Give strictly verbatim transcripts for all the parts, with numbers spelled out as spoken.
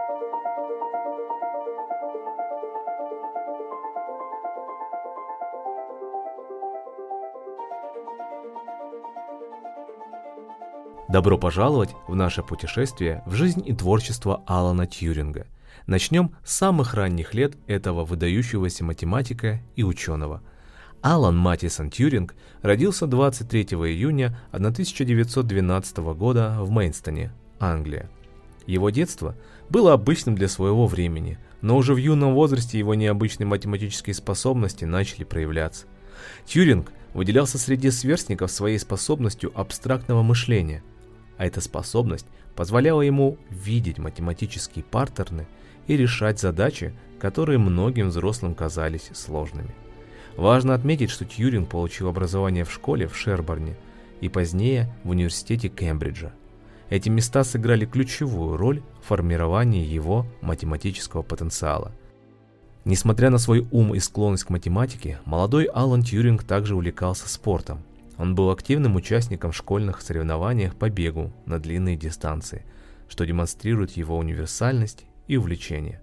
Добро пожаловать в наше путешествие в жизнь и творчество Алана Тьюринга. Начнем с самых ранних лет этого выдающегося математика и ученого. Алан Матисон Тьюринг родился двадцать третьего июня тысяча девятьсот двенадцатого года в Мейнстоне, Англия. Его детство было обычным для своего времени, но уже в юном возрасте его необычные математические способности начали проявляться. Тьюринг выделялся среди сверстников своей способностью абстрактного мышления, а эта способность позволяла ему видеть математические паттерны и решать задачи, которые многим взрослым казались сложными. Важно отметить, что Тьюринг получил образование в школе в Шерборне и позднее в университете Кембриджа. Эти места сыграли ключевую роль в формировании его математического потенциала. Несмотря на свой ум и склонность к математике, молодой Алан Тьюринг также увлекался спортом. Он был активным участником в школьных соревнованиях по бегу на длинные дистанции, что демонстрирует его универсальность и увлечение.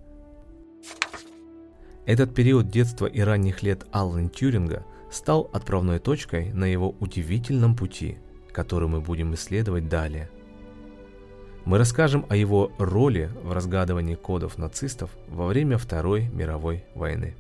Этот период детства и ранних лет Алана Тьюринга стал отправной точкой на его удивительном пути, который мы будем исследовать далее. Мы расскажем о его роли в разгадывании кодов нацистов во время Второй мировой войны.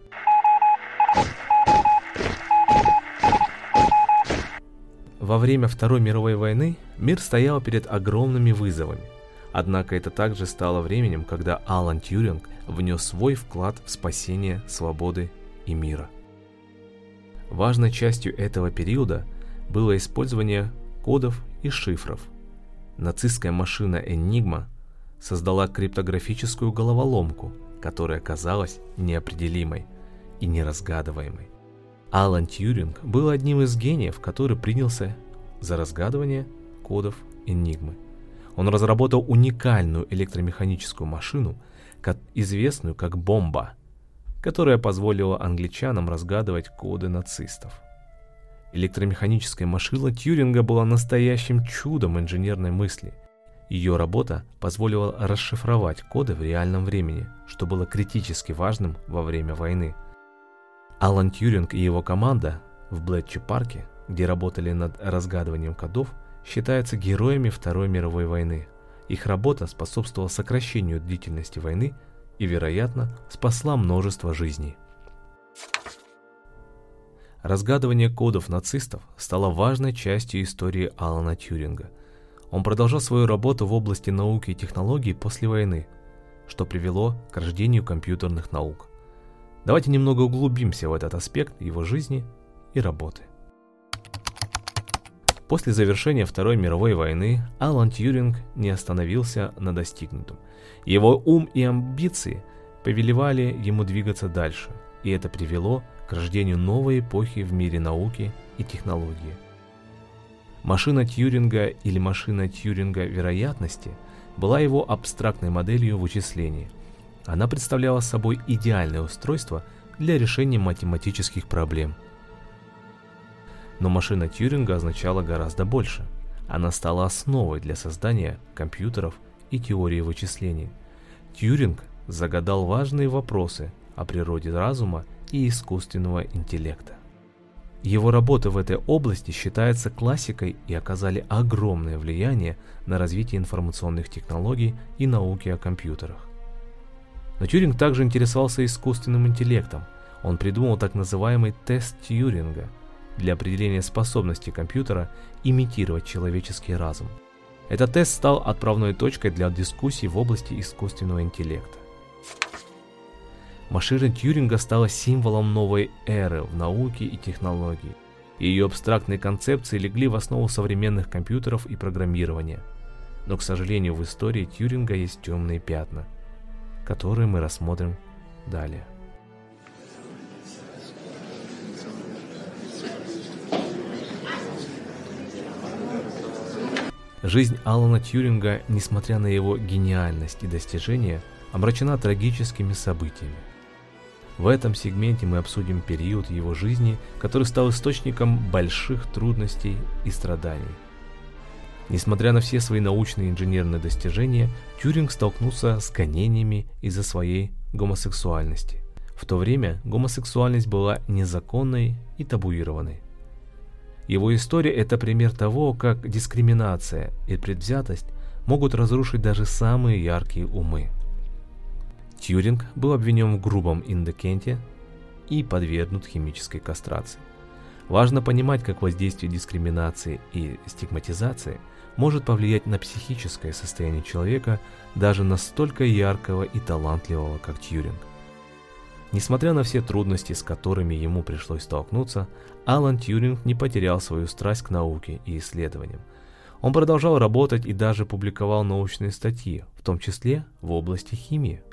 Во время Второй мировой войны мир стоял перед огромными вызовами. Однако это также стало временем, когда Алан Тьюринг внес свой вклад в спасение свободы и мира. Важной частью этого периода было использование кодов и шифров. Нацистская машина Enigma создала криптографическую головоломку, которая казалась неопределимой и неразгадываемой. Алан Тьюринг был одним из гениев, который принялся за разгадывание кодов Enigma. Он разработал уникальную электромеханическую машину, известную как бомба, которая позволила англичанам разгадывать коды нацистов. Электромеханическая машина Тьюринга была настоящим чудом инженерной мысли. Ее работа позволила расшифровать коды в реальном времени, что было критически важным во время войны. Алан Тьюринг и его команда в Блетчи-парке, где работали над разгадыванием кодов, считаются героями Второй мировой войны. Их работа способствовала сокращению длительности войны и, вероятно, спасла множество жизней. Разгадывание кодов нацистов стало важной частью истории Алана Тьюринга. Он продолжал свою работу в области науки и технологий после войны, что привело к рождению компьютерных наук. Давайте немного углубимся в этот аспект его жизни и работы. После завершения Второй мировой войны Алан Тьюринг не остановился на достигнутом. Его ум и амбиции повелевали ему двигаться дальше, и это привело к рождению новой эпохи в мире науки и технологии. Машина Тьюринга или машина Тьюринга вероятности была его абстрактной моделью вычислений. Она представляла собой идеальное устройство для решения математических проблем. Но машина Тьюринга означала гораздо больше. Она стала основой для создания компьютеров и теории вычислений. Тьюринг загадал важные вопросы о природе разума и искусственного интеллекта. Его работы в этой области считаются классикой и оказали огромное влияние на развитие информационных технологий и науки о компьютерах. Но Тьюринг также интересовался искусственным интеллектом. Он придумал так называемый тест Тьюринга для определения способности компьютера имитировать человеческий разум. Этот тест стал отправной точкой для дискуссий в области искусственного интеллекта. Машина Тьюринга стала символом новой эры в науке и технологии. Ее абстрактные концепции легли в основу современных компьютеров и программирования. Но, к сожалению, в истории Тьюринга есть темные пятна, которые мы рассмотрим далее. Жизнь Алана Тьюринга, несмотря на его гениальность и достижения, омрачена трагическими событиями. В этом сегменте мы обсудим период его жизни, который стал источником больших трудностей и страданий. Несмотря на все свои научные и инженерные достижения, Тьюринг столкнулся с гонениями из-за своей гомосексуальности. В то время гомосексуальность была незаконной и табуированной. Его история – это пример того, как дискриминация и предвзятость могут разрушить даже самые яркие умы. Тьюринг был обвинен в грубом индекенте и подвергнут химической кастрации. Важно понимать, как воздействие дискриминации и стигматизации может повлиять на психическое состояние человека, даже настолько яркого и талантливого, как Тьюринг. Несмотря на все трудности, с которыми ему пришлось столкнуться, Алан Тьюринг не потерял свою страсть к науке и исследованиям. Он продолжал работать и даже публиковал научные статьи, в том числе в области химии.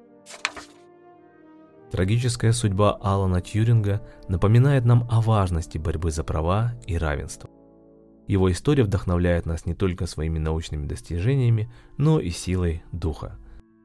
Трагическая судьба Алана Тьюринга напоминает нам о важности борьбы за права и равенство. Его история вдохновляет нас не только своими научными достижениями, но и силой духа.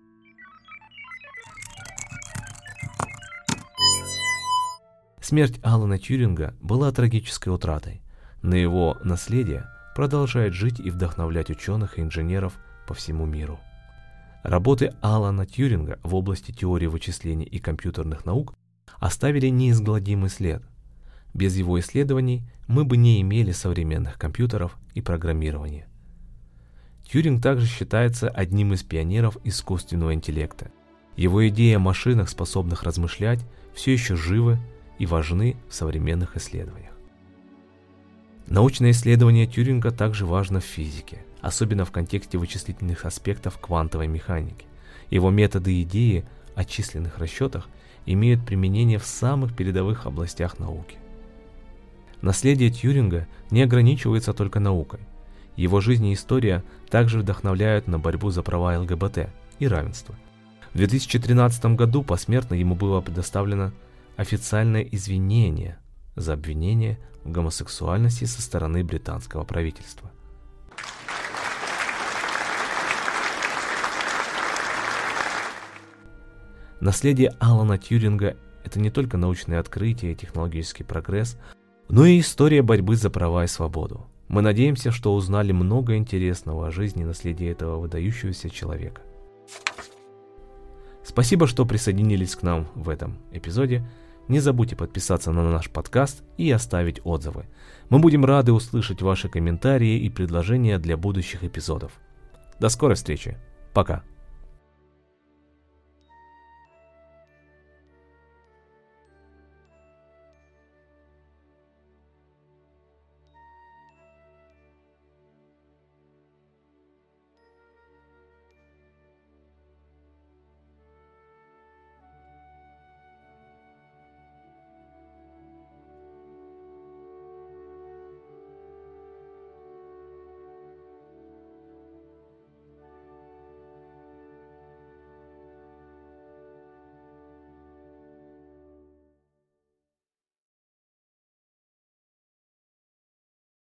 Смерть Алана Тьюринга была трагической утратой, но его наследие продолжает жить и вдохновлять ученых и инженеров по всему миру. Работы Алана Тьюринга в области теории вычислений и компьютерных наук оставили неизгладимый след. Без его исследований мы бы не имели современных компьютеров и программирования. Тьюринг также считается одним из пионеров искусственного интеллекта. Его идеи о машинах, способных размышлять, все еще живы и важны в современных исследованиях. Научное исследование Тьюринга также важно в физике, особенно в контексте вычислительных аспектов квантовой механики. Его методы и идеи о численных расчетах имеют применение в самых передовых областях науки. Наследие Тьюринга не ограничивается только наукой. Его жизнь и история также вдохновляют на борьбу за права эл гэ бэ тэ и равенство. В две тысячи тринадцатом году посмертно ему было предоставлено официальное извинение за обвинение в гомосексуальности со стороны британского правительства. Наследие Алана Тьюринга – это не только научные открытия и технологический прогресс, но и история борьбы за права и свободу. Мы надеемся, что узнали много интересного о жизни и наследии этого выдающегося человека. Спасибо, что присоединились к нам в этом эпизоде. Не забудьте подписаться на наш подкаст и оставить отзывы. Мы будем рады услышать ваши комментарии и предложения для будущих эпизодов. До скорой встречи. Пока.